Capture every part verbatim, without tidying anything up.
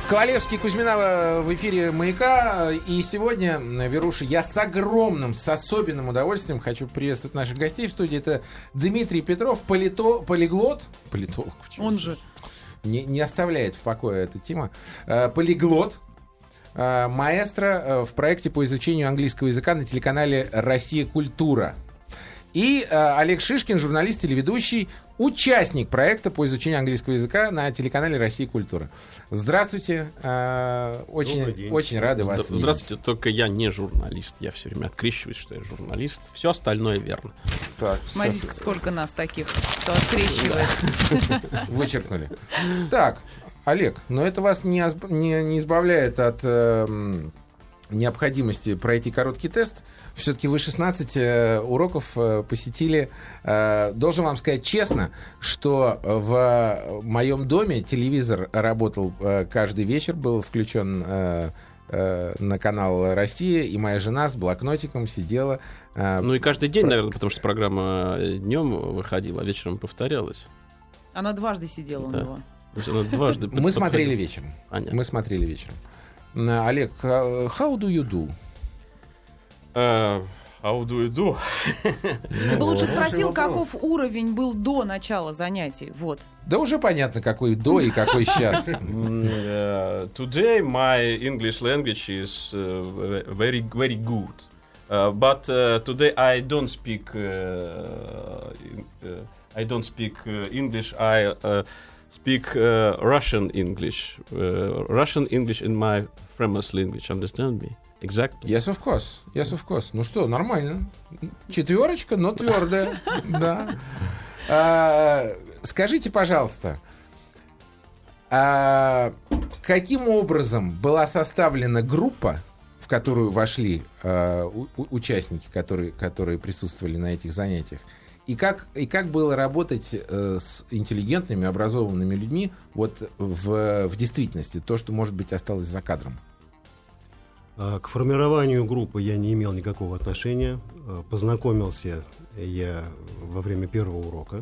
Ковалевский, Кузьминова в эфире «Маяка». И сегодня, Веруша, я с огромным, с особенным удовольствием хочу приветствовать наших гостей в студии. Это Дмитрий Петров, полито, полиглот. Политолог. Почему? Он же. Не, не оставляет в покое эта тема. Полиглот. Маэстро в проекте по изучению английского языка на телеканале «Россия. Культура». И э, Олег Шишкин, журналист, телеведущий, участник проекта по изучению английского языка на телеканале «Россия. Культура». Здравствуйте. Э, очень, очень рады вас видеть. Здравствуйте, только я не журналист. Я все время открещиваюсь, что я журналист. Все остальное верно. Так, смотрите, все... сколько нас таких, кто открещивает. Вычеркнули. Так, Олег, но это вас не, не, не избавляет от э, необходимости пройти короткий тест. Все-таки вы шестнадцать э, уроков э, посетили. Э, должен вам сказать честно, что в моем доме телевизор работал э, каждый вечер, был включен э, э, на канал «Россия», и моя жена с блокнотиком сидела. Э, ну и каждый день, про... наверное, потому что программа днем выходила, а вечером повторялась. Она дважды сидела да. у него. Она дважды Мы смотрели вечером. Понятно. Мы смотрели вечером. Олег, how do you do? Uh, how do you do? Ты бы лучше спросил, каков уровень был до начала занятий. Вот. Да уже понятно, какой до и какой сейчас. uh, today my English language is uh, very, very good. Uh, but uh, today I don't speak uh, uh, I don't speak uh, English. I uh, speak uh, Russian English. Uh, Russian English in my famous language. Understand me? Exactly. Yes, of course. Yes, of course. Ну что, нормально. Четверочка, но твердая. Да. А, скажите, пожалуйста, а, каким образом была составлена группа, в которую вошли а, у, участники, которые, которые присутствовали на этих занятиях, и как, и как было работать э, с интеллигентными, образованными людьми вот в, в действительности, то, что, может быть, осталось за кадром? К формированию группы я не имел никакого отношения. Познакомился я во время первого урока.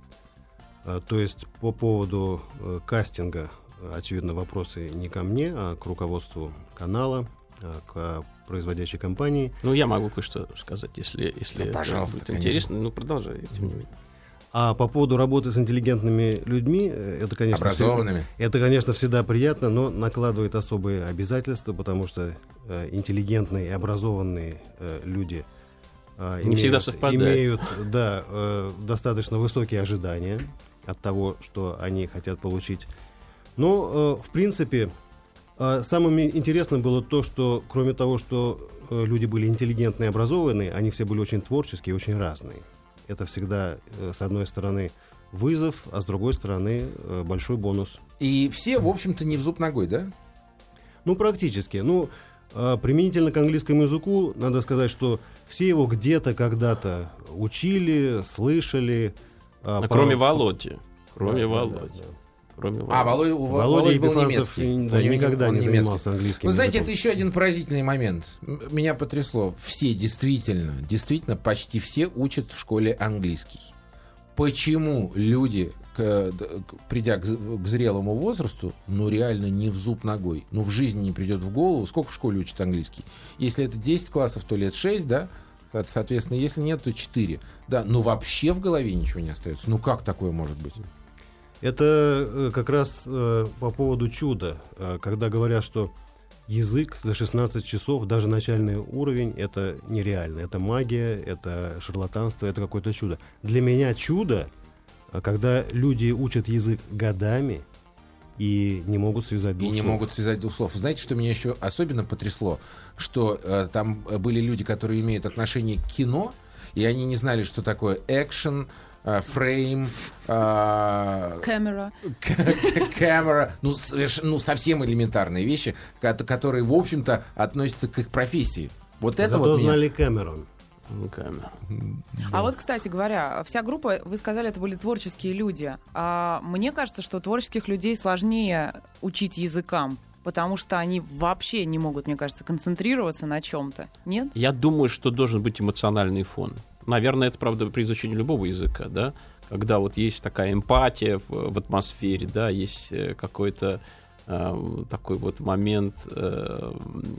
То есть по поводу кастинга, очевидно, вопросы не ко мне, а к руководству канала, к производящей компании. Ну, я могу кое-что сказать, если, если ну, пожалуйста, будет интересно. Ну, продолжай, тем не менее. А по поводу работы с интеллигентными людьми, это, конечно, образованными. Всегда, это, конечно, всегда приятно, но накладывает особые обязательства, потому что э, интеллигентные и образованные э, люди э, не имеют, всегда совпадают. имеют да, э, достаточно высокие ожидания от того, что они хотят получить. Но, э, в принципе, э, самым интересным было то, что кроме того, что э, люди были интеллигентные и образованные, они все были очень творческие и очень разные. Это всегда, с одной стороны, вызов, а с другой стороны, большой бонус. И все, в общем-то, не в зуб ногой, да? Ну, практически. Ну, применительно к английскому языку, надо сказать, что все его где-то когда-то учили, слышали. А по... Кроме Володи. Кроме да, Володи. Да, да. Кроме а, Володя, Володя был Епифанцев немецкий. Да, никогда он не немецкий. занимался английским Вы знаете, языком. это еще один поразительный момент. Меня потрясло. Все действительно, действительно, почти все учат в школе английский. Почему люди, к, к, придя к, к зрелому возрасту, ну реально не в зуб ногой, ну в жизни не придет в голову, сколько в школе учат английский? Если это десять классов, то лет шесть, да? Соответственно, если нет, то четыре. Да, но вообще в голове ничего не остается. Ну как такое может быть? Это как раз э, по поводу чуда, э, когда говорят, что язык за шестнадцать часов, даже начальный уровень, это нереально, это магия, это шарлатанство, это какое-то чудо. Для меня чудо, когда люди учат язык годами и не могут связать двух слов. И не могут связать двух слов. Знаете, что меня еще особенно потрясло? Что э, там были люди, которые имеют отношение к кино, и они не знали, что такое экшен, фрейм, камера, камера, ну, ну совсем элементарные вещи, которые, в общем-то, относятся к их профессии. Вот это Зато вот знали меня... Кэмерон. Камера. А вот, кстати говоря, вся группа, вы сказали, это были творческие люди. А мне кажется, что творческих людей сложнее учить языкам, потому что они вообще не могут, мне кажется, концентрироваться на чем-то. Нет? Я думаю, что должен быть эмоциональный фон. Наверное, это, правда, при изучении любого языка, да, когда вот есть такая эмпатия в, в атмосфере, да, есть какой-то э, такой вот момент э,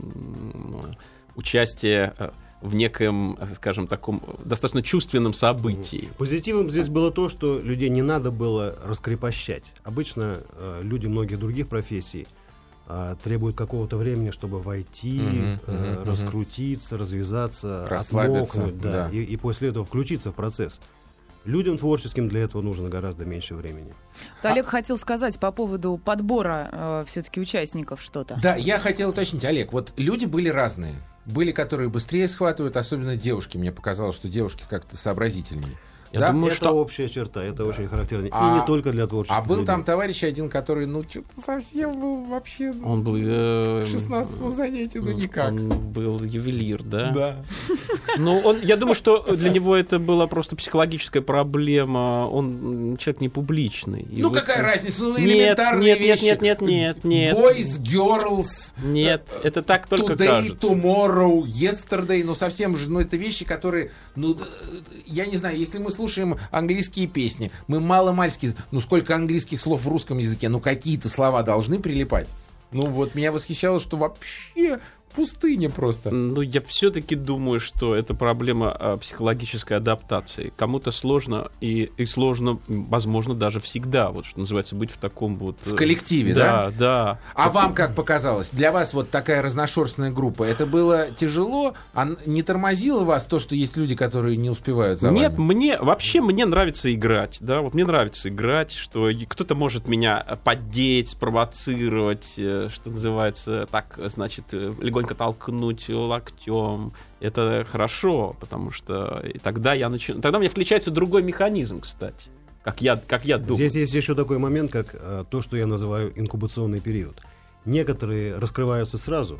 участия в некоем, скажем, таком достаточно чувственном событии. Позитивом здесь было то, что людей не надо было раскрепощать. Обычно э, люди многих других профессий э, требуют какого-то времени, чтобы войти, Мгм, э, мгм, раскрутиться, развязаться, Расслабиться, отмокнуть, да, да. И, и после этого включиться в процесс. Людям творческим для этого нужно гораздо меньше времени. Вот Олег хотел сказать по поводу подбора э, все-таки участников что-то. Да, я хотел уточнить, Олег, вот люди были разные. Были, которые быстрее схватывают, особенно девушки. Мне показалось, что девушки как-то сообразительнее. Я Да? думаю, это что... общая черта, это очень характерно. А- И не только для творческих А был людей. там товарищ один, который, ну, что-то совсем был вообще... ну, Он был... э, шестнадцатого занятия, ну, никак. Он был ювелир, да? Да. Ну, он, я думаю, что для него это была просто психологическая проблема. Он м, человек не публичный. И Ну, вот- какая разница? Ну, Нет, элементарные нет, нет, вещи. нет, нет, нет, нет. Boys, girls, Нет, это так только today, кажется. tomorrow, yesterday. Ну, совсем же, ну, это вещи, которые, ну, д- я не знаю, если мы слушаем английские песни, мы мало-мальски, ну, сколько английских слов в русском языке, ну, какие-то слова должны прилипать. Ну, вот меня восхищало, что вообще пустыня просто. Ну, я все-таки думаю, что это проблема а, психологической адаптации. Кому-то сложно, и, и сложно, м, возможно, даже всегда, вот что называется, быть в таком вот... В э, коллективе, да? Да, да. А вам как показалось? Для вас вот такая разношерстная группа, это было тяжело? А н- не тормозило вас то, что есть люди, которые не успевают за Нет, вами? мне вообще мне нравится играть, да, вот мне нравится играть, что и кто-то может меня поддеть, спровоцировать, э, что называется, так, значит, э, легонько толкнуть локтем. Это хорошо, потому что и тогда я начинаю, тогда у меня включается другой механизм, кстати, как я, как я думаю. Здесь есть еще такой момент, как э, то, что я называю инкубационный период. Некоторые раскрываются сразу,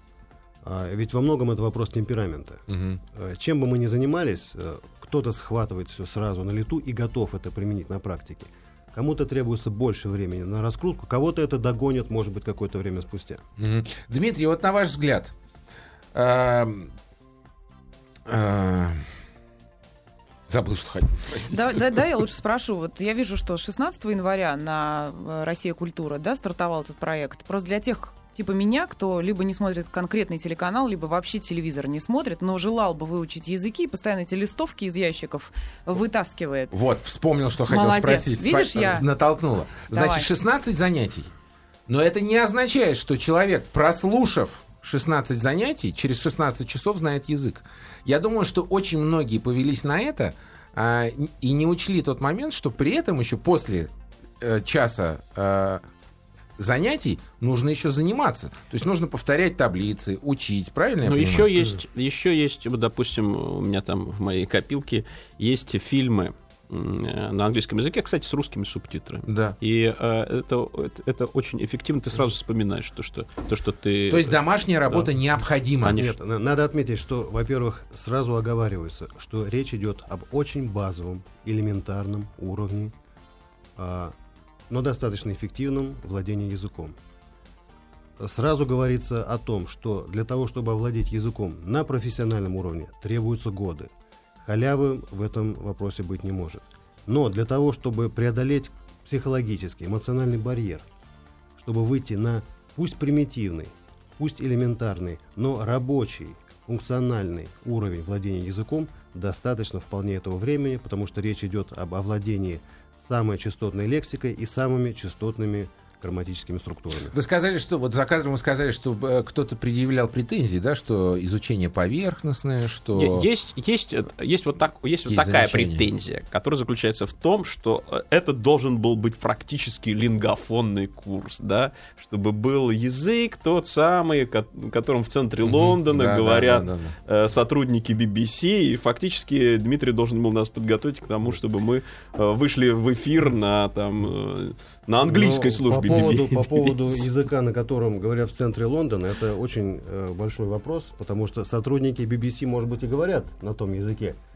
а ведь во многом это вопрос темперамента. Мгм. Э, Чем бы мы ни занимались, э, кто-то схватывает все сразу на лету и готов это применить на практике. Кому-то требуется больше времени на раскрутку, кого-то это догонит, может быть, какое-то время спустя. Мгм. Дмитрий, вот на ваш взгляд, эм, э, забыл, что хотел спросить. Да, да, да, я лучше спрошу. Вот я вижу, что шестнадцатого января на э, «Россия. Культура», да, стартовал этот проект. Просто для тех, типа меня, кто либо не смотрит конкретный телеканал, либо вообще телевизор не смотрит, но желал бы выучить языки, постоянно эти листовки из ящиков вытаскивает. Вот, вспомнил, что хотел Молодец. спросить. Видишь, Спа- я- Натолкнула. Давай. Значит, шестнадцать занятий. Но это не означает, что человек, прослушав шестнадцать занятий, через шестнадцать часов знает язык. Я думаю, что очень многие повелись на это а, и не учли тот момент, что при этом еще после э, часа э, занятий нужно еще заниматься. То есть нужно повторять таблицы, учить. Правильно я Но понимаю? еще есть, еще есть, вот, допустим, у меня там в моей копилке есть фильмы м, э, на английском языке, кстати, с русскими субтитрами. Да. И э, это, это, это очень эффективно, ты сразу вспоминаешь то, что, то, что ты... То есть домашняя работа Да. необходима. Конечно. Нет, на- надо отметить, что, во-первых, сразу оговаривается, что речь идет об очень базовом, элементарном уровне, а, но достаточно эффективном владении языком. Сразу говорится о том, что для того, чтобы овладеть языком на профессиональном уровне, требуются годы. Халявы в этом вопросе быть не может. Но для того, чтобы преодолеть психологический, эмоциональный барьер, чтобы выйти на пусть примитивный, пусть элементарный, но рабочий, функциональный уровень владения языком, достаточно вполне этого времени, потому что речь идет об овладении самой частотной лексикой и самыми частотными грамматическими структурами. Вы сказали, что вот за кадром вы сказали, что э, кто-то предъявлял претензии, да, что изучение поверхностное, что... Е- Есть, есть, э, есть, вот, так, есть вот Есть такая замечания. претензия, которая заключается в том, что э, это должен был быть практически лингофонный курс, да, чтобы был язык тот самый, ко- которым в центре Мгм. Лондона Да, да, говорят да, да, э, сотрудники би би си, и фактически Дмитрий должен был нас подготовить к тому, чтобы мы э, вышли в эфир на, там, э, на английской Но службе по поводу, би би си. по поводу языка, на котором говорят в центре Лондона, это очень э, большой вопрос, потому что сотрудники би би си, может быть, и говорят на том языке,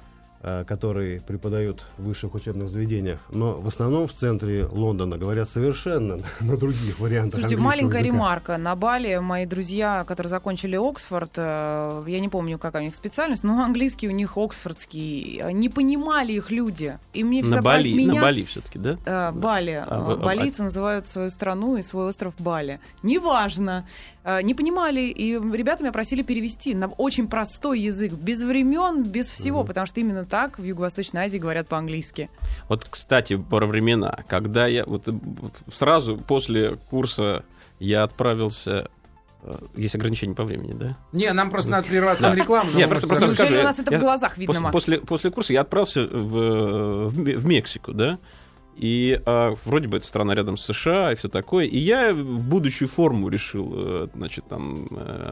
которые преподают в высших учебных заведениях, но в основном в центре Лондона говорят совершенно на других вариантах Слушайте, английского маленькая языка. ремарка. На Бали мои друзья, которые закончили Оксфорд, э, я не помню, какая у них специальность, но английский у них оксфордский. Не понимали их люди. И мне На Бали, меня... на Бали все-таки, да? Э, Бали. А, Э, Балийцы а... называют свою страну и свой остров Бали. Неважно. Э, не понимали, и ребята меня просили перевести на очень простой язык, без времен, без всего, Мгм. потому что именно так в Юго-Восточной Азии говорят по-английски. Вот, кстати, про времена. Когда я вот, вот сразу после курса я отправился... э, Есть ограничения по времени, да? Не, нам просто надо прерваться Да. на рекламу. но Не, вы просто- можете просто закончить. скажу, Неужели у я- нас это я в глазах видно, После, Макс? после, после курса я отправился в, в, Ме- в Мексику, да? И а, вроде бы это страна рядом с США и все такое. И я в будущую форму решил, э, значит, там,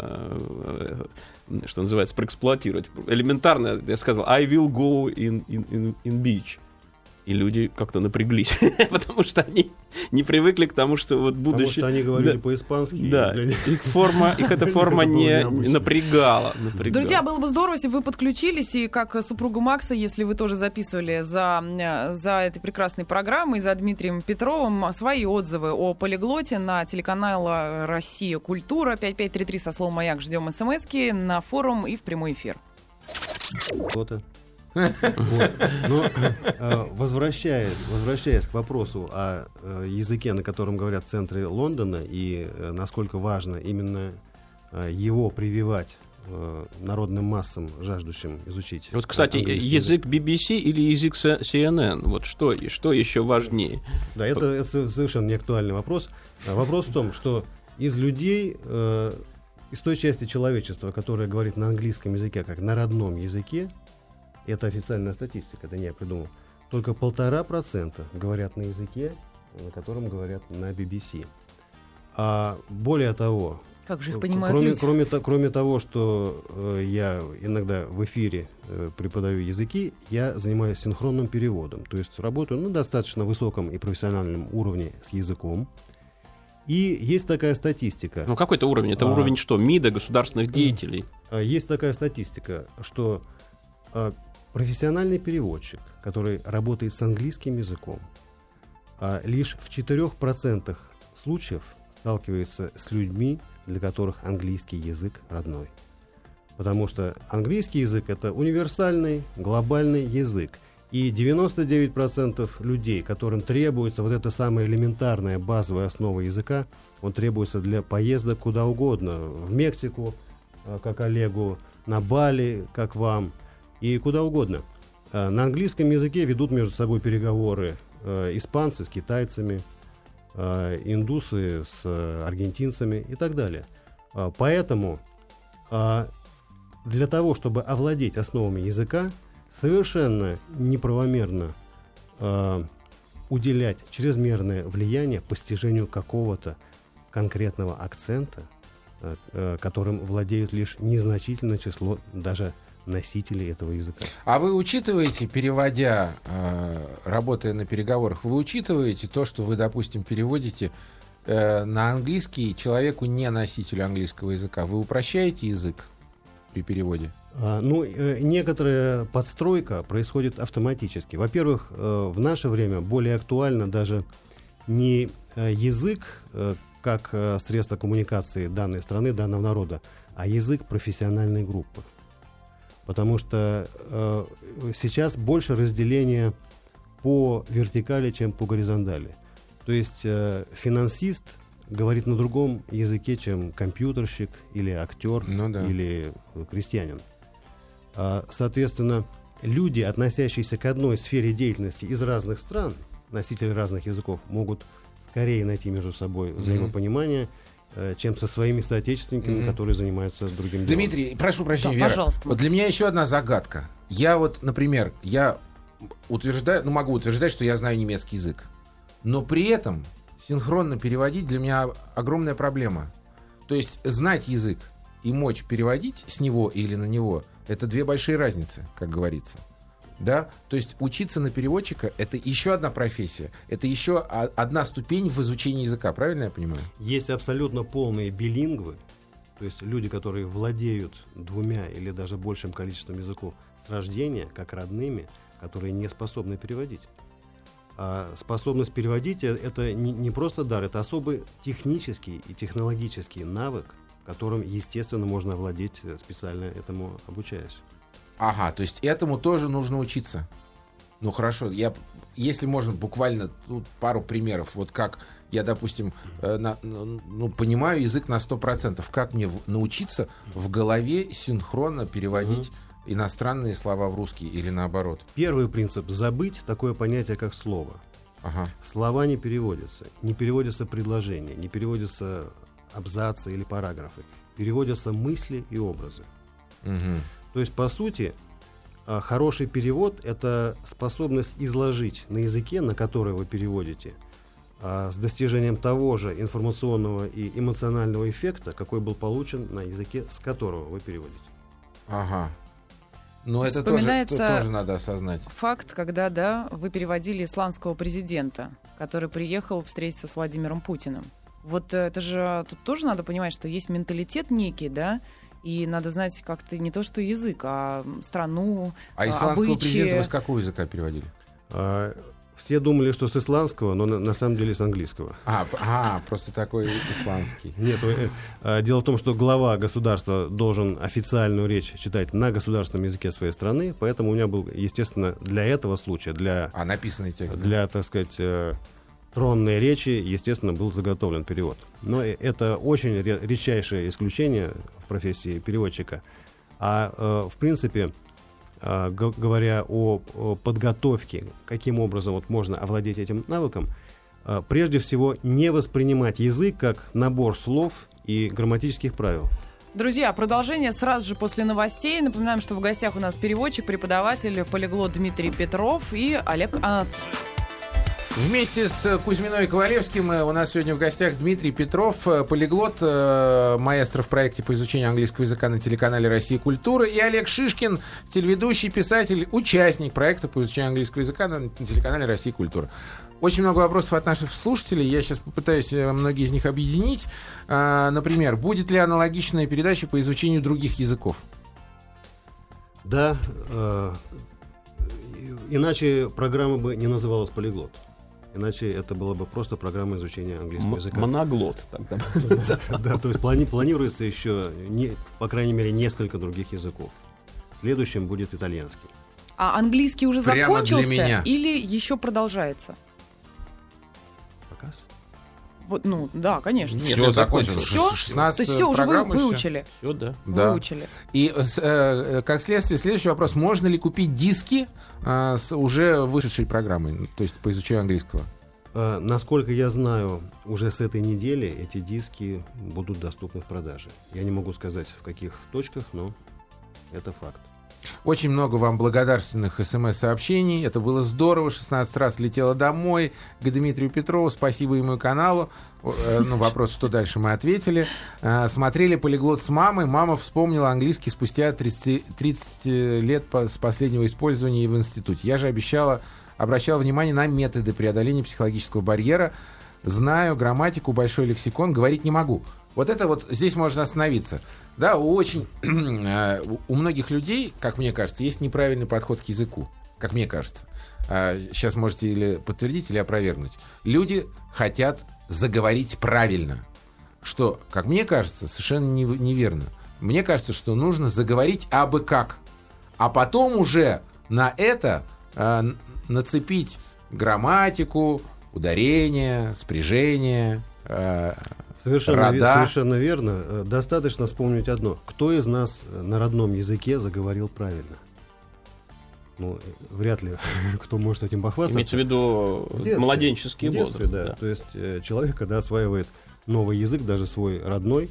э, э, что называется, проэксплуатировать. Элементарно я сказал, I will go in, in, in, in beach. И люди как-то напряглись, потому что они не привыкли к тому, что вот Потому будущее... что они говорили Да. по-испански. и Да, для них- их форма, их эта форма Это было не необычно. напрягала, напрягала. Друзья, было бы здорово, если бы вы подключились, и как супруга Макса, если вы тоже записывали за, э, за этой прекрасной программой, за Дмитрием Петровым свои отзывы о полиглоте на телеканал «Россия. Культура». пять пять три три со словом «Маяк». Ждем смски на форум и в прямой эфир. Кто-то. Вот. Но э, возвращаясь, возвращаясь к вопросу о э, языке, на котором говорят в центре Лондона, и э, насколько важно именно э, его прививать э, народным массам, жаждущим изучить. Вот, кстати, английский язык би би си или язык си эн эн, вот что, и что еще важнее? Да, это, это совершенно не актуальный вопрос. А вопрос в том, что из людей, э, из той части человечества, которая говорит на английском языке, как на родном языке, это официальная статистика, это не я придумал, только полтора процента говорят на языке, на котором говорят на би би си. А более того, Как же их понимают кроме, люди? кроме, то- кроме того, что э, я иногда в эфире э, преподаю языки, я занимаюсь синхронным переводом, то есть работаю на достаточно высоком и профессиональном уровне с языком. И есть такая статистика. Ну, какой-то уровень. Это А. уровень что? МИДа, государственных деятелей. А, Есть такая статистика, что а, профессиональный переводчик, который работает с английским языком, а, лишь в четырёх процентах случаев сталкивается с людьми, для которых английский язык родной. Потому что английский язык — это универсальный, глобальный язык. И девяносто девять процентов людей, которым требуется вот эта самая элементарная базовая основа языка, он требуется для поездок куда угодно. В Мексику, а, как Олегу, на Бали, как вам, и куда угодно. А, На английском языке ведут между собой переговоры а, испанцы с китайцами, а, индусы с а, аргентинцами и так далее. А, Поэтому а, для того, чтобы овладеть основами языка, совершенно неправомерно а, уделять чрезмерное влияние постижению какого-то конкретного акцента, а, а, которым владеют лишь незначительное число даже носителей этого языка. А вы учитываете, переводя, э, работая на переговорах, вы учитываете то, что вы, допустим, переводите э, на английский человеку, не носителю английского языка? Вы упрощаете язык при переводе? А, Ну, э, некоторая подстройка происходит автоматически. Во-первых, э, в наше время более актуально даже не э, язык э, как э, средство коммуникации данной страны, данного народа, а язык профессиональной группы. Потому что э, сейчас больше разделения по вертикали, чем по горизонтали. То есть э, финансист говорит на другом языке, чем компьютерщик или актер, Ну да. или э, крестьянин. А, соответственно, люди, относящиеся к одной сфере деятельности из разных стран, носители разных языков, могут скорее найти между собой взаимопонимание, э, чем со своими соотечественниками, Мгм. которые занимаются другим делом. Дмитрий, прошу прощения, Да, Вера. пожалуйста, Вот для Максим. меня еще одна загадка. Я вот, например, я утверждаю, ну могу утверждать, что я знаю немецкий язык, но при этом синхронно переводить для меня огромная проблема. То есть знать язык и мочь переводить с него или на него — это две большие разницы, как говорится. Да? То есть учиться на переводчика — это еще одна профессия, это еще одна ступень в изучении языка, правильно я понимаю? Есть абсолютно полные билингвы, то То есть люди, которые владеют двумя или даже большим количеством языков с рождения, как родными, которые не способны переводить. А способность переводить — это не, не просто дар, это особый технический и технологический навык, которым, естественно, можно овладеть, специально этому обучаясь. Ага, то есть этому тоже нужно учиться. Ну хорошо, я, если можно, буквально ну, пару примеров. Вот как я, допустим, э, на, ну, понимаю язык на сто процентов. Как мне в, научиться в голове синхронно переводить mm-hmm. иностранные слова в русский или наоборот? Первый принцип — забыть такое понятие, как слово. Ага. Слова не переводятся. Не переводятся предложения, не переводятся абзацы или параграфы. Переводятся мысли и образы. Угу. То есть, по сути, хороший перевод — это способность изложить на языке, на который вы переводите, с достижением того же информационного и эмоционального эффекта, какой был получен на языке, с которого вы переводите. Ага. Но это тоже, это тоже надо осознать. Факт, когда, да, вы переводили исландского президента, который приехал встретиться с Владимиром Путиным. Вот это же тут тоже надо понимать, что есть менталитет некий, да, и надо знать как-то не то что язык, а страну, а исландского обычаи. Президента вы с какого языка переводили? А, все думали, что с исландского, но на, на самом деле с английского. А, а просто такой исландский. Нет, э, дело в том, что глава государства должен официальную речь читать на государственном языке своей страны, поэтому у меня был, естественно, для этого случая, для, а, написанный текст, для, так сказать, э, тронной речи, естественно, был заготовлен перевод. Но это очень редчайшее исключение в профессии переводчика. А, э, в принципе, э, г- говоря о, о подготовке, каким образом вот можно овладеть этим навыком, э, прежде всего не воспринимать язык как набор слов и грамматических правил. Друзья, продолжение сразу же после новостей. Напоминаем, что в гостях у нас переводчик, преподаватель, полиглот Дмитрий Петров и Олег Анатольевич. Вместе с Кузьминой и Ковалевским у нас сегодня в гостях Дмитрий Петров, полиглот, маэстро в проекте по изучению английского языка на телеканале «Россия. Культура», и Олег Шишкин, телеведущий, писатель, участник проекта по изучению английского языка на телеканале «Россия. Культура». Очень много вопросов от наших слушателей. Я сейчас попытаюсь многие из них объединить. Например, будет ли аналогичная передача по изучению других языков? Да, э, иначе программа бы не называлась «Полиглот». Иначе это была бы просто программа изучения английского М- языка. Моноглот. Да, то есть плани- планируется еще, не, по крайней мере, несколько других языков. Следующим будет итальянский. А английский уже Прямо закончился для меня. или еще продолжается? Показ? Вот, ну, да, конечно. Нет, Все это закончилось. Все? шестнадцать То есть все уже вы, программ, и всё. выучили? Все, да. Да. Выучили. И э, как следствие, следующий вопрос. Можно ли купить диски э, с уже вышедшей программой, то есть по изучению английского? Э, насколько я знаю, уже с этой недели эти диски будут доступны в продаже. Я не могу сказать, в каких точках, но это факт. Очень много вам благодарственных смс-сообщений. Это было здорово. шестнадцать раз летела домой к Дмитрию Петрову. Спасибо ему и каналу. Ну, вопрос, что дальше, мы ответили. Смотрели «Полиглот» с мамой. Мама вспомнила английский спустя тридцать, тридцать лет с последнего использования в институте. Я же обещала, обращала внимание на методы преодоления психологического барьера. Знаю грамматику, большой лексикон, говорить не могу. Вот это вот здесь можно остановиться. Да, у очень у многих людей, как мне кажется, есть неправильный подход к языку, как мне кажется. Сейчас можете или подтвердить, или опровергнуть. Люди хотят заговорить правильно, что, как мне кажется, совершенно неверно. Мне кажется, что нужно заговорить абы как, а потом уже на это нацепить грамматику, ударение, спряжение. Совершенно, ве- рода. совершенно верно. Достаточно вспомнить одно. Кто из нас на родном языке заговорил правильно? Ну, вряд ли кто может этим похвастаться. Имеется в виду В детстве. младенческий В детстве, возраст. да. Да. То есть э, человек, когда осваивает новый язык, даже свой родной,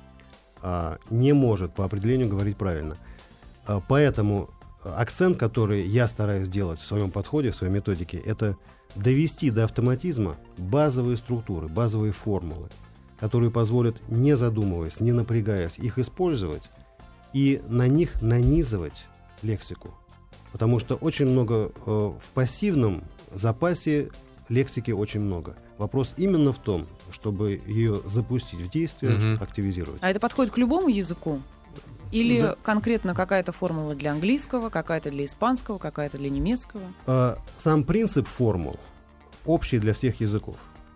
а, не может по определению говорить правильно. А, поэтому акцент, который я стараюсь делать в своем подходе, в своей методике, это довести до автоматизма базовые структуры, базовые формулы, которые позволят, не задумываясь, не напрягаясь, их использовать и на них нанизывать лексику. Потому что очень много э, в пассивном запасе лексики очень много. Вопрос именно в том, чтобы ее запустить в действие, Мгм. активизировать. А это подходит к любому языку? Или Да. конкретно какая-то формула для английского, какая-то для испанского, какая-то для немецкого? А, Сам принцип формул общий для всех языков.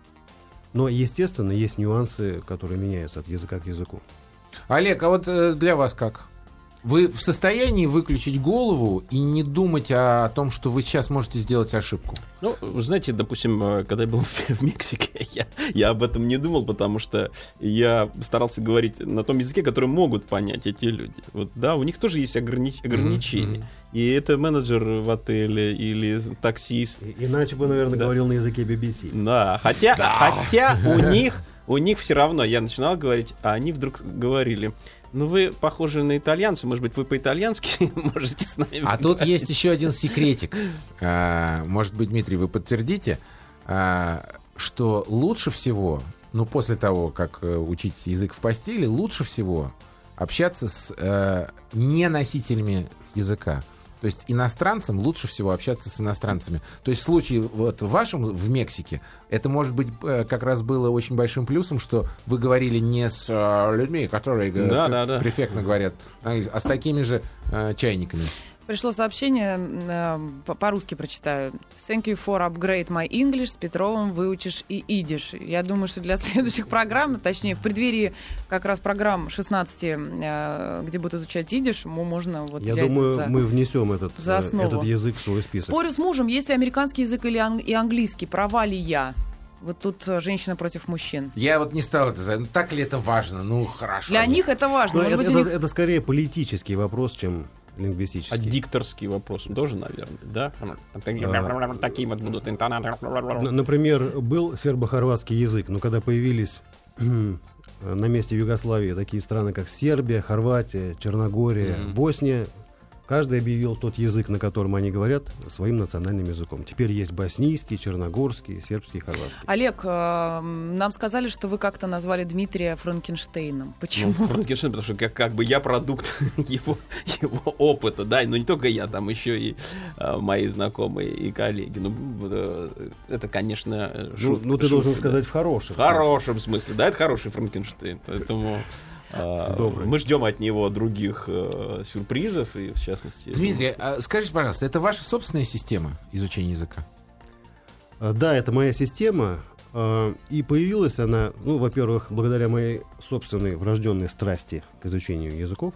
Но, естественно, есть нюансы, которые меняются от языка к языку. Олег, а вот э, для вас как? Вы в состоянии выключить голову и не думать о том, что вы сейчас можете сделать ошибку? Ну, вы знаете, допустим, э, когда я был в Мексике, я, я об этом не думал, потому что я старался говорить на том языке, который могут понять эти люди. Вот, да, у них тоже есть ограни- ограничения. Мгм. И это менеджер в отеле или таксист. И- Иначе бы, наверное, Да. говорил на языке би би си. Да, хотя, хотя у них, у них все равно, я начинал говорить, а они вдруг говорили: ну вы похожи на итальянцев, может быть, вы по-итальянски можете с нами. А тут есть еще один секретик. А, Может быть, Дмитрий, вы подтвердите, а, что лучше всего, ну, после того, как э, учить язык в постели, лучше всего общаться с э, неносителями языка. То есть иностранцам лучше всего общаться с иностранцами. То есть в случае вот в вашем в Мексике это, может быть, э, как раз было очень большим плюсом, что вы говорили не с э, людьми, которые э, Да, пр- да, да. префектно говорят, а, а с такими же э, чайниками. Пришло сообщение, э, по- по-русски прочитаю. Thank you for upgrade my English. С Петровым выучишь и идиш. Я думаю, что для следующих программ, точнее, в преддверии как раз программ шестнадцати, э, где будут изучать идиш, ему можно вот Я взять думаю, за... мы внесем этот, за э, основу. этот язык в свой список. Спорю с мужем, есть ли американский язык или ан- и английский, права ли я? Вот тут э, женщина против мужчин. Я вот не стал это знать. Ну, так ли это важно? Ну, хорошо. Для них это важно. Но Может это, быть, у это- них... это скорее политический вопрос, чем А лингвистический. дикторский вопрос тоже, наверное, да? Такие вот будут интонации. Н- Например, был сербо-хорватский язык, но когда появились на месте Югославии такие страны, как Сербия, Хорватия, Черногория, Мгм. Босния, каждый объявил тот язык, на котором они говорят, своим национальным языком. Теперь есть боснийский, черногорский, сербский, хорватский. Олег, э, нам сказали, что вы как-то назвали Дмитрия Франкенштейном. Ну, Почему? Франкенштейн, потому что как, как бы я продукт его, его опыта, да, но не только я, там еще и а, мои знакомые и коллеги. Ну, э, это, конечно, Ну, шутка. ну, ты шутка, должен да. сказать в хорошем. В хорошем смысле, да, это хороший Франкенштейн, поэтому а, Добрый. мы ждем от него других э, сюрпризов, и в частности... Дмитрий, а скажите, пожалуйста, это ваша собственная система изучения языка? А, Да, это моя система, а, и появилась она, ну, во-первых, благодаря моей собственной врожденной страсти к изучению языков,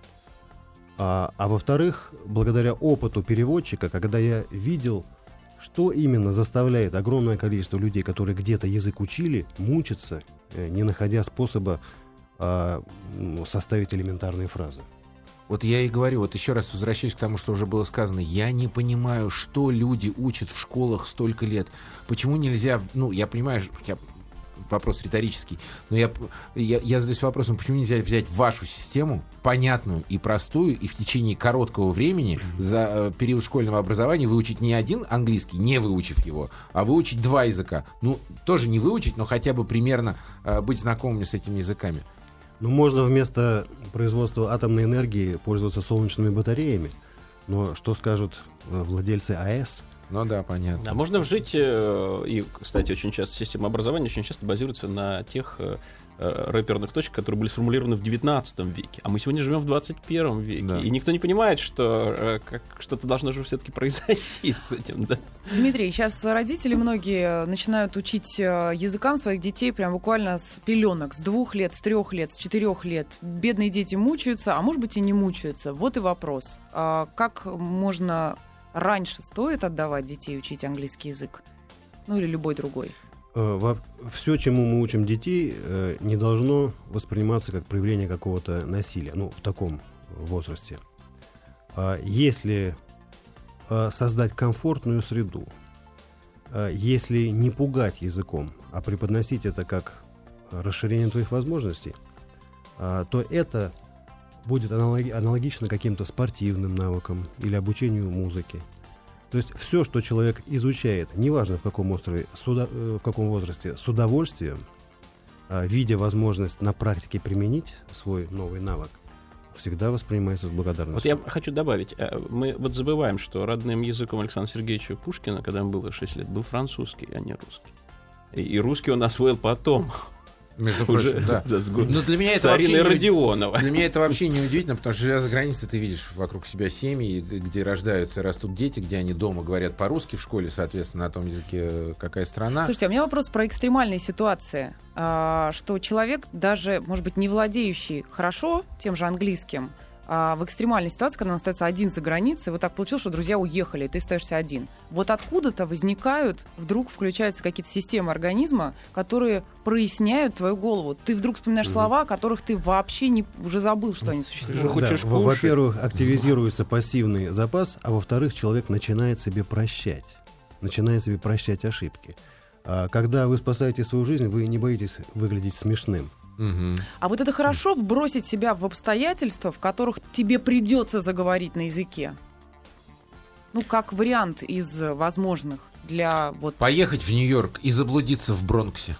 а, а во-вторых, благодаря опыту переводчика, когда я видел, что именно заставляет огромное количество людей, которые где-то язык учили, мучиться, э, не находя способа а, ну, составить элементарные фразы. Вот я и говорю, вот еще раз возвращаюсь к тому, что уже было сказано. Я не понимаю, что люди учат в школах столько лет. Почему нельзя... Ну, я понимаю, я, вопрос риторический, но я, я, я задаюсь вопросом, почему нельзя взять вашу систему, понятную и простую, и в течение короткого времени за э, период школьного образования выучить не один английский, не выучив его, а выучить два языка. Ну, тоже не выучить, но хотя бы примерно э, быть знакомыми с этими языками. Ну, можно вместо производства атомной энергии пользоваться солнечными батареями. Но что скажут э, владельцы АЭС? Ну да, понятно. А можно вжить, э, и, кстати, очень часто система образования очень часто базируется на тех э, э, рэперных точках, которые были сформулированы в девятнадцатом веке. А мы сегодня живем в двадцать первом веке. Да. И никто не понимает, что э, как, что-то должно же все-таки произойти с этим. Да? Дмитрий, сейчас родители многие начинают учить э, языкам своих детей прям буквально с пеленок, с двух лет, с трех лет, с четырех лет. Бедные дети мучаются, а может быть и не мучаются. Вот и вопрос. А как можно раньше стоит отдавать детей учить английский язык? Ну или любой другой. Все, чему мы учим детей, э, не должно восприниматься как проявление какого-то насилия, ну, в таком возрасте. А Если э, создать комфортную среду, э, если не пугать языком, а преподносить это как расширение твоих возможностей, э, то это будет аналоги- аналогично каким-то спортивным навыкам или обучению музыке. То есть все, что человек изучает, неважно в каком, острове, с уда- э, в каком возрасте, с удовольствием, а, видя возможность на практике применить свой новый навык, всегда воспринимается с благодарностью. Вот я хочу добавить, мы вот забываем, что родным языком Александра Сергеевича Пушкина, когда ему было шесть лет, был французский, а не русский. И, и русский он освоил потом. Между прочим, Уже, да. да, Но для меня, это Цариной вообще Родионова. Не, для меня это вообще не удивительно, потому что живя за границей, ты видишь вокруг себя семьи, где рождаются и растут дети, где они дома говорят по-русски, в школе, соответственно, на том языке, какая страна. Слушайте, а у меня вопрос про экстремальные ситуации. А, что человек, даже, может быть, не владеющий хорошо тем же английским, а в экстремальной ситуации, когда он остается один за границей, вот так получилось, что друзья уехали, и ты остаешься один. Вот откуда-то возникают, вдруг включаются какие-то системы организма, которые проясняют твою голову. Ты вдруг вспоминаешь mm-hmm. слова, о которых ты вообще не, уже забыл, что они существуют. Ты же хочешь да, кушать. Во-первых, активизируется пассивный запас, а во-вторых, человек начинает себе прощать. Начинает себе прощать ошибки. А когда вы спасаете свою жизнь, вы не боитесь выглядеть смешным. Угу. А вот это хорошо вбросить себя в обстоятельства, в которых тебе придется заговорить на языке. Ну, как вариант из возможных для вот... Поехать в Нью-Йорк и заблудиться в Бронксе.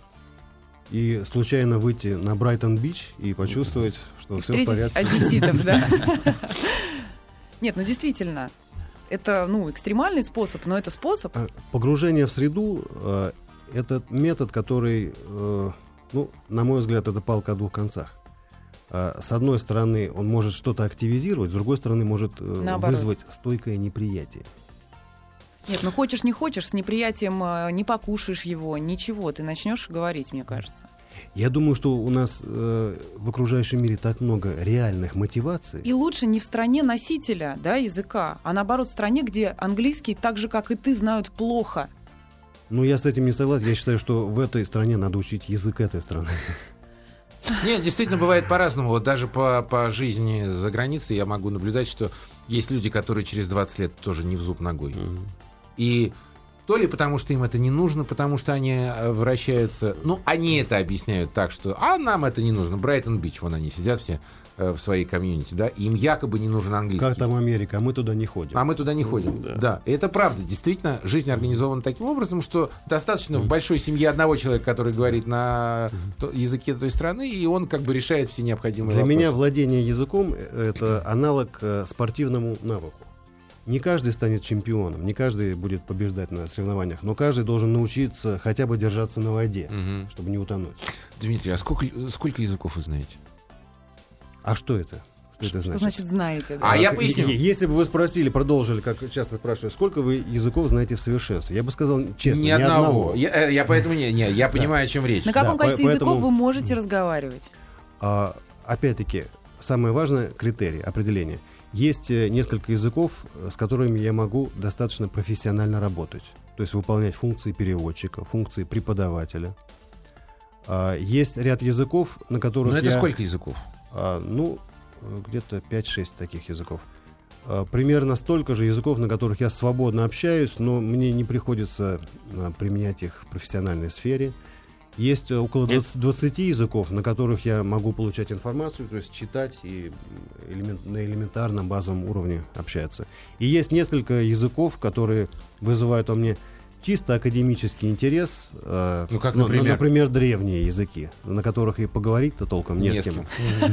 И случайно выйти на Брайтон-Бич и почувствовать, что И все в встретить порядке. одесситов, да. Нет, ну действительно, это, ну, экстремальный способ, но это способ. Погружение в среду э, — это метод, который... Э, Ну, на мой взгляд, это палка о двух концах. С одной стороны, он может что-то активизировать, с другой стороны, может Наоборот. вызвать стойкое неприятие. Нет, ну хочешь не хочешь, с неприятием не покушаешь его, ничего, ты начнешь говорить, мне кажется. Я думаю, что у нас э, в окружающем мире так много реальных мотиваций. И лучше не в стране носителя, да, языка, а наоборот в стране, где английский так же, как и ты, знают плохо. Ну, я с этим не согласен. Я считаю, что в этой стране надо учить язык этой страны. Нет, действительно, бывает по-разному. Вот даже по, по жизни за границей я могу наблюдать, что есть люди, которые через двадцать лет тоже не в зуб ногой. Mm-hmm. И то ли потому, что им это не нужно, потому что они вращаются... Ну, они это объясняют так, что «а нам это не нужно». Брайтон-Бич, вон они сидят все э, в своей комьюнити, да, им якобы не нужен английский. Как там Америка, а мы туда не ходим. А мы туда не ходим, да. да. И это правда. Действительно, жизнь организована таким образом, что достаточно mm-hmm. в большой семье одного человека, который говорит на mm-hmm. языке той страны, и он как бы решает все необходимые Для вопросы. меня владение языком — это аналог э, спортивному навыку. Не каждый станет чемпионом, не каждый будет побеждать на соревнованиях, но каждый должен научиться хотя бы держаться на воде, угу. чтобы не утонуть. Дмитрий, а сколько, сколько языков вы знаете? А что это? Что, что это значит? значит знаете? Да? А, а я поясню. Если бы вы спросили, продолжили, как часто спрашивают, сколько вы языков знаете в совершенстве, я бы сказал честно, ни, ни одного. одного. Я, я поэтому не, не я понимаю, о чем речь. На каком да, количестве поэтому... языков вы можете разговаривать? А, опять-таки, самое важное критерий определения. Есть несколько языков, с которыми я могу достаточно профессионально работать. То есть выполнять функции переводчика, функции преподавателя. Есть ряд языков, на которых Но это я... сколько языков? Ну, где-то пять-шесть таких языков. Примерно столько же языков, на которых я свободно общаюсь, но мне не приходится применять их в профессиональной сфере. Есть около двадцати языков, на которых я могу получать информацию, то есть читать и элемент, на элементарном базовом уровне общаться. И есть несколько языков, которые вызывают во мне чисто академический интерес. Ну, как, ну, например? Ну, например, древние языки, на которых и поговорить-то толком не, не с кем.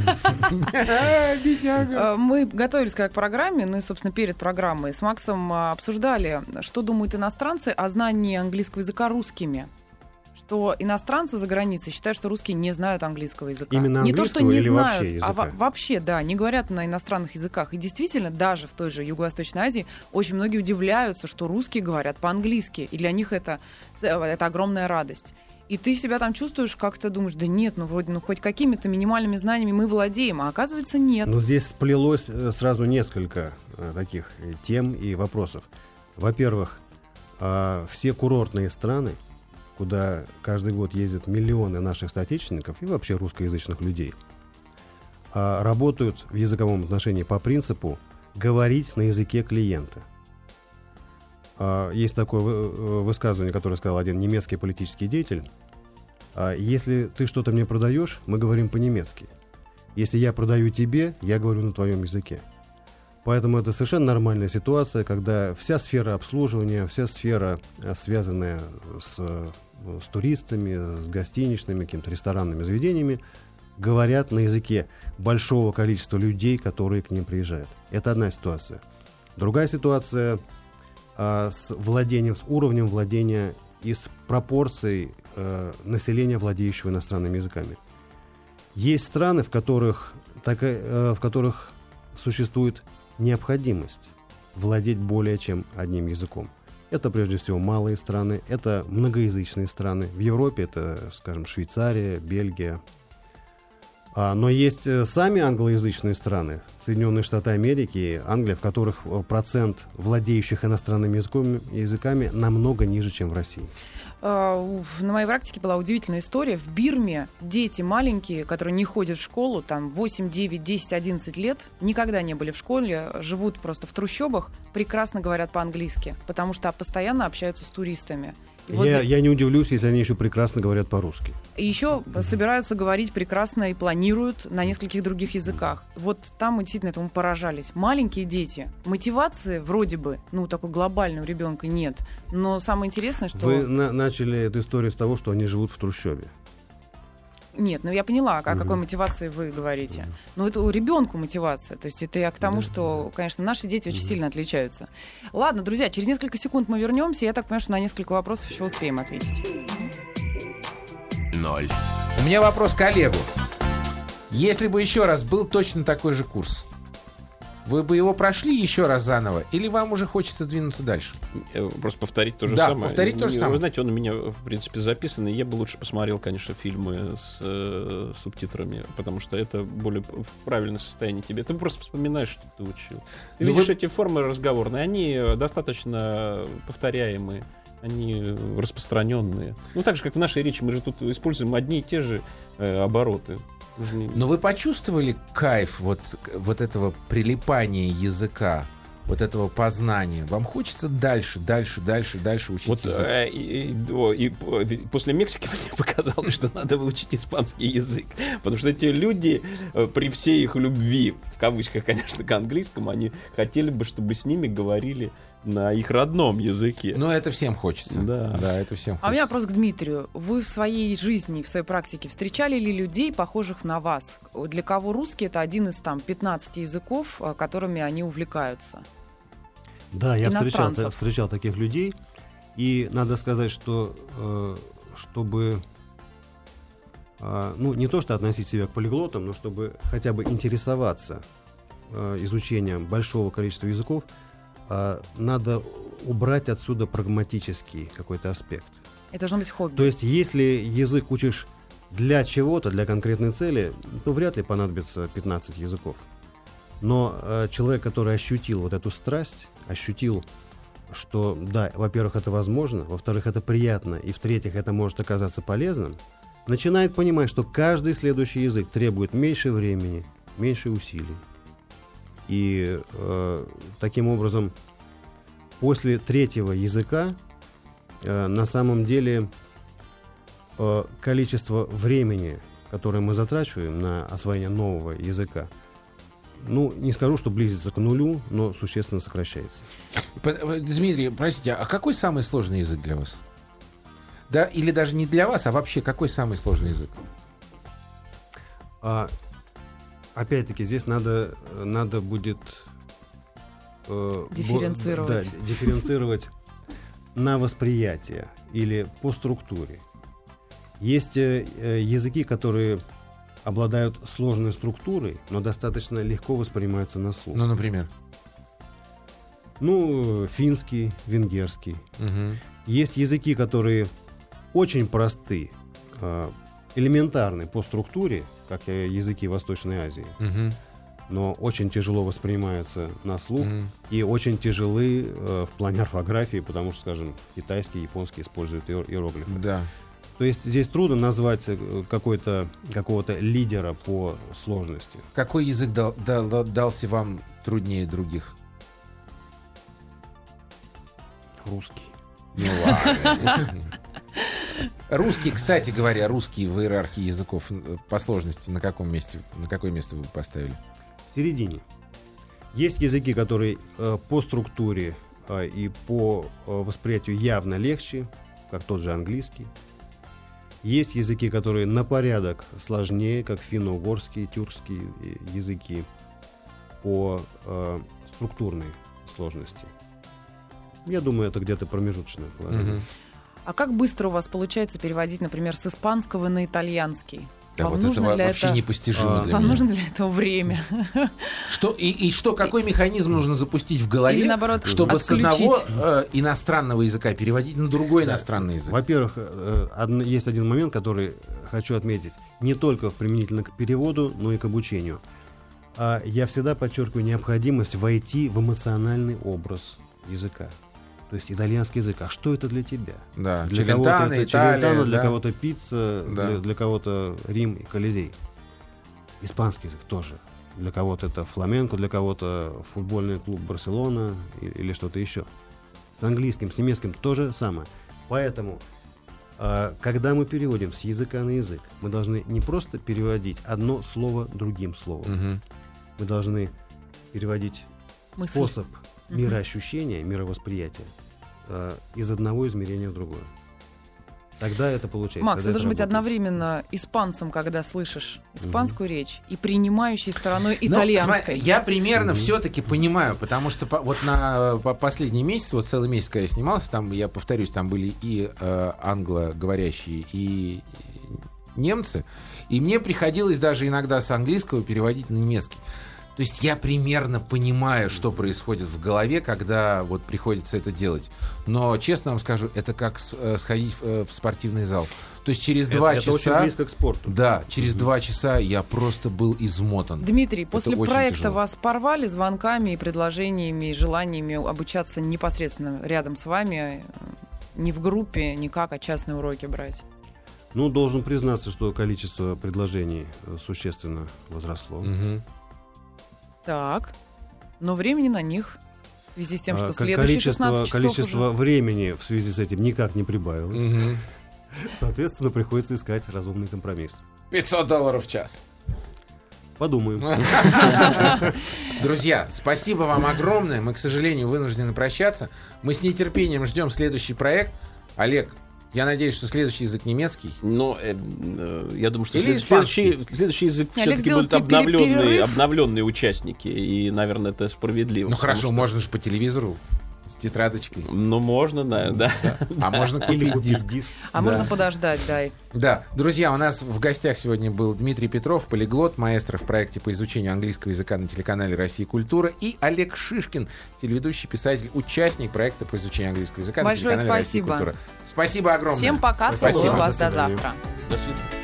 Мы готовились к программе, ну и, собственно, перед программой с Максом обсуждали, что думают иностранцы о знании английского языка русскими. Что иностранцы за границей считают, что русские не знают английского языка. Именно не то, что не или знают, вообще языка? а во- вообще, да, не говорят на иностранных языках. И действительно, даже в той же Юго-Восточной Азии очень многие удивляются, что русские говорят по-английски. И для них это, это огромная радость. И ты себя там чувствуешь, как ты думаешь, да нет, ну вроде ну, хоть какими-то минимальными знаниями мы владеем, а оказывается нет. Но здесь сплелось сразу несколько э, таких тем и вопросов. Во-первых, э, все курортные страны, куда каждый год ездят миллионы наших соотечественников и вообще русскоязычных людей, работают в языковом отношении по принципу говорить на языке клиента. Есть такое высказывание, которое сказал один немецкий политический деятель. Если ты что-то мне продаешь, мы говорим по-немецки. Если я продаю тебе, я говорю на твоем языке. Поэтому это совершенно нормальная ситуация, когда вся сфера обслуживания, вся сфера, связанная с, с туристами, с гостиничными, какими-то ресторанными заведениями, говорят на языке большого количества людей, которые к ним приезжают. Это одна ситуация. Другая ситуация а, с владением, с уровнем владения и с пропорцией а, населения, владеющего иностранными языками. Есть страны, в которых, так, а, в которых существует необходимость владеть более чем одним языком. Это, прежде всего, малые страны, это многоязычные страны. В Европе это, скажем, Швейцария, Бельгия. А, но есть сами англоязычные страны, Соединенные Штаты Америки, Англия, в которых процент владеющих иностранными языками, языками намного ниже, чем в России. На моей практике была удивительная история. В Бирме дети маленькие, которые не ходят в школу, там восемь, девять, десять, одиннадцать лет, никогда не были в школе, живут просто в трущобах, прекрасно говорят по-английски, потому что постоянно общаются с туристами. И я, вот... я не удивлюсь, если они еще прекрасно говорят по-русски. И еще mm-hmm. собираются говорить прекрасно и планируют на нескольких других языках. Вот там мы действительно этому поражались. Маленькие дети. Мотивации вроде бы, ну, такой глобальной у ребенка нет. Но самое интересное, что... Вы на- начали эту историю с того, что они живут в трущобе. Нет, ну я поняла, о Mm-hmm. какой мотивации вы говорите. Mm-hmm. Но это у ребенка мотивация. То есть это я к тому, mm-hmm. что, конечно, наши дети очень mm-hmm. сильно отличаются. Ладно, друзья, через несколько секунд мы вернемся. Я так понимаю, что на несколько вопросов еще успеем ответить. Ноль. У меня вопрос к Олегу. Если бы еще раз был точно такой же курс, вы бы его прошли еще раз заново, или вам уже хочется двинуться дальше? Просто повторить то же да, самое. Да, повторить то же самое. Вы знаете, он у меня, в принципе, записан, и я бы лучше посмотрел, конечно, фильмы с э, субтитрами, потому что это более в правильном состоянии тебе. Ты просто вспоминаешь, что ты учил. Ты Но видишь вы... эти формы разговорные, они достаточно повторяемые, они распространенные. Ну, так же, как в нашей речи, мы же тут используем одни и те же э, обороты. Но вы почувствовали кайф вот, вот этого прилипания языка, вот этого познания? Вам хочется дальше, дальше, дальше, дальше учить вот, язык? Э, и, и, и, и после Мексики мне показалось, что надо выучить испанский язык. Потому что эти люди, при всей их любви, в кавычках, конечно, к английскому, они хотели бы, чтобы с ними говорили на их родном языке. Но это всем хочется. Да, да это всем хочется. А у меня вопрос к Дмитрию. Вы в своей жизни, в своей практике встречали ли людей, похожих на вас? Для кого русский — это один из там пятнадцати языков, которыми они увлекаются? Да, я встречал, встречал таких людей. И надо сказать, что э, чтобы э, ну, не то что относить себя к полиглотам, но чтобы хотя бы интересоваться э, изучением большого количества языков, э, надо убрать отсюда прагматический какой-то аспект. Это должно быть хобби. То есть, если язык учишь для чего-то, для конкретной цели, то вряд ли понадобится пятнадцать языков. Но э, человек, который ощутил вот эту страсть, ощутил, что, да, во-первых, это возможно, во-вторых, это приятно, и в-третьих, это может оказаться полезным, начинает понимать, что каждый следующий язык требует меньше времени, меньше усилий. И э, таким образом, после третьего языка, э, на самом деле, э, количество времени, которое мы затрачиваем на освоение нового языка, ну, не скажу, что близится к нулю, но существенно сокращается. Дмитрий, простите, а какой самый сложный язык для вас? Да, или даже не для вас, а вообще какой самый сложный язык? А, опять-таки, здесь надо, надо будет э, дифференцировать. Бо, да, дифференцировать на восприятие или по структуре. Есть э, языки, которые обладают сложной структурой, но достаточно легко воспринимаются на слух. Ну, например? Ну, финский, венгерский. Угу. Есть языки, которые очень просты, элементарны по структуре, как языки Восточной Азии, угу. но очень тяжело воспринимаются на слух угу. и очень тяжелы в плане орфографии, потому что, скажем, китайский, японский используют иероглифы. Да. То есть здесь трудно назвать какой-то, какого-то лидера по сложности. Какой язык дал, дал, дался вам труднее других? Русский. Ну ладно. Русский, кстати говоря, русский в иерархии языков по сложности на каком месте, на какое место вы поставили? В середине. Есть языки, которые э, по структуре э, и по э, восприятию явно легче, как тот же английский. Есть языки, которые на порядок сложнее, как финно-угорские, тюркские языки по э, структурной сложности. Я думаю, это где-то промежуточное положение. Мгм. А как быстро у вас получается переводить, например, с испанского на итальянский? Да, Вам вот нужно это для вообще этого- непостижимо А, для Вам меня. нужно для этого время? Что, и, и что, какой механизм нужно запустить в голове, Или, наоборот, чтобы отключить? с одного э, иностранного языка переводить на другой Да. иностранный язык? Во-первых, э, одн- есть один момент, который хочу отметить. Не только применительно к переводу, но и к обучению. А я всегда подчеркиваю необходимость войти в эмоциональный образ языка. То есть итальянский язык. А что это для тебя? Да, Для Челентано, кого-то это Италия, Челентано, для да. кого-то пицца, Да. для, для кого-то Рим и Колизей. Испанский язык тоже. Для кого-то это фламенко, для кого-то футбольный клуб Барселона и- или что-то еще. С английским, с немецким то же самое. Поэтому, а, когда мы переводим с языка на язык, мы должны не просто переводить одно слово другим словом. Мгм. Мы должны переводить Мысль. способ Мгм. мироощущения, мировосприятия э, из одного измерения в другое. Тогда это получается. Макс, тогда ты это должен быть работает. одновременно испанцем, когда слышишь испанскую речь, и принимающей стороной Ну, итальянской. смотри, я примерно Мгм. все-таки понимаю, потому что по- вот на по- последний месяц, вот целый месяц, когда я снимался, там, я повторюсь, там были и э, англоговорящие, и немцы, и мне приходилось даже иногда с английского переводить на немецкий. То есть я примерно понимаю, что происходит в голове, когда вот приходится это делать. Но, честно вам скажу, это как с- э, сходить в, э, в спортивный зал. То есть через Это- два это очень часа... близко к спорту. Да, через два часа я просто был измотан. Дмитрий, после очень проекта тяжело. вас порвали звонками и предложениями, и желаниями обучаться непосредственно рядом с вами, э, не в группе, никак, а частные уроки брать. Ну, должен признаться, что количество предложений э, существенно возросло. Мгм. Так, но времени на них, в связи с тем, А, что ко- следующие количество, шестнадцать часов количество уже... времени в связи с этим никак не прибавилось. Мгм. Соответственно, приходится искать разумный компромисс. пятьсот долларов в час. Подумаем. Друзья, спасибо вам огромное. Мы, к сожалению, вынуждены прощаться. Мы с нетерпением ждем следующий проект. Олег, я надеюсь, что следующий язык немецкий. Но э, э, я думаю, что Или след- испанский. следующий, следующий язык Олег все-таки сделал будут пере- обновленные, перерыв. обновленные участники. И, наверное, это справедливо. Ну потому хорошо, что- можно же по телевизору с тетрадочкой. Ну, можно, да, да. А можно Или купить купить диск. диск. А Да. можно подождать, дай. Да, друзья, у нас в гостях сегодня был Дмитрий Петров, полиглот, маэстро в проекте по изучению английского языка на телеканале «Россия. Культура», и Олег Шишкин, телеведущий, писатель, участник проекта по изучению английского языка Большое на телеканале «Россия. спасибо. Культура». Спасибо огромное. Всем пока, Спасибо. целую вас, До до свидания. завтра. До свидания.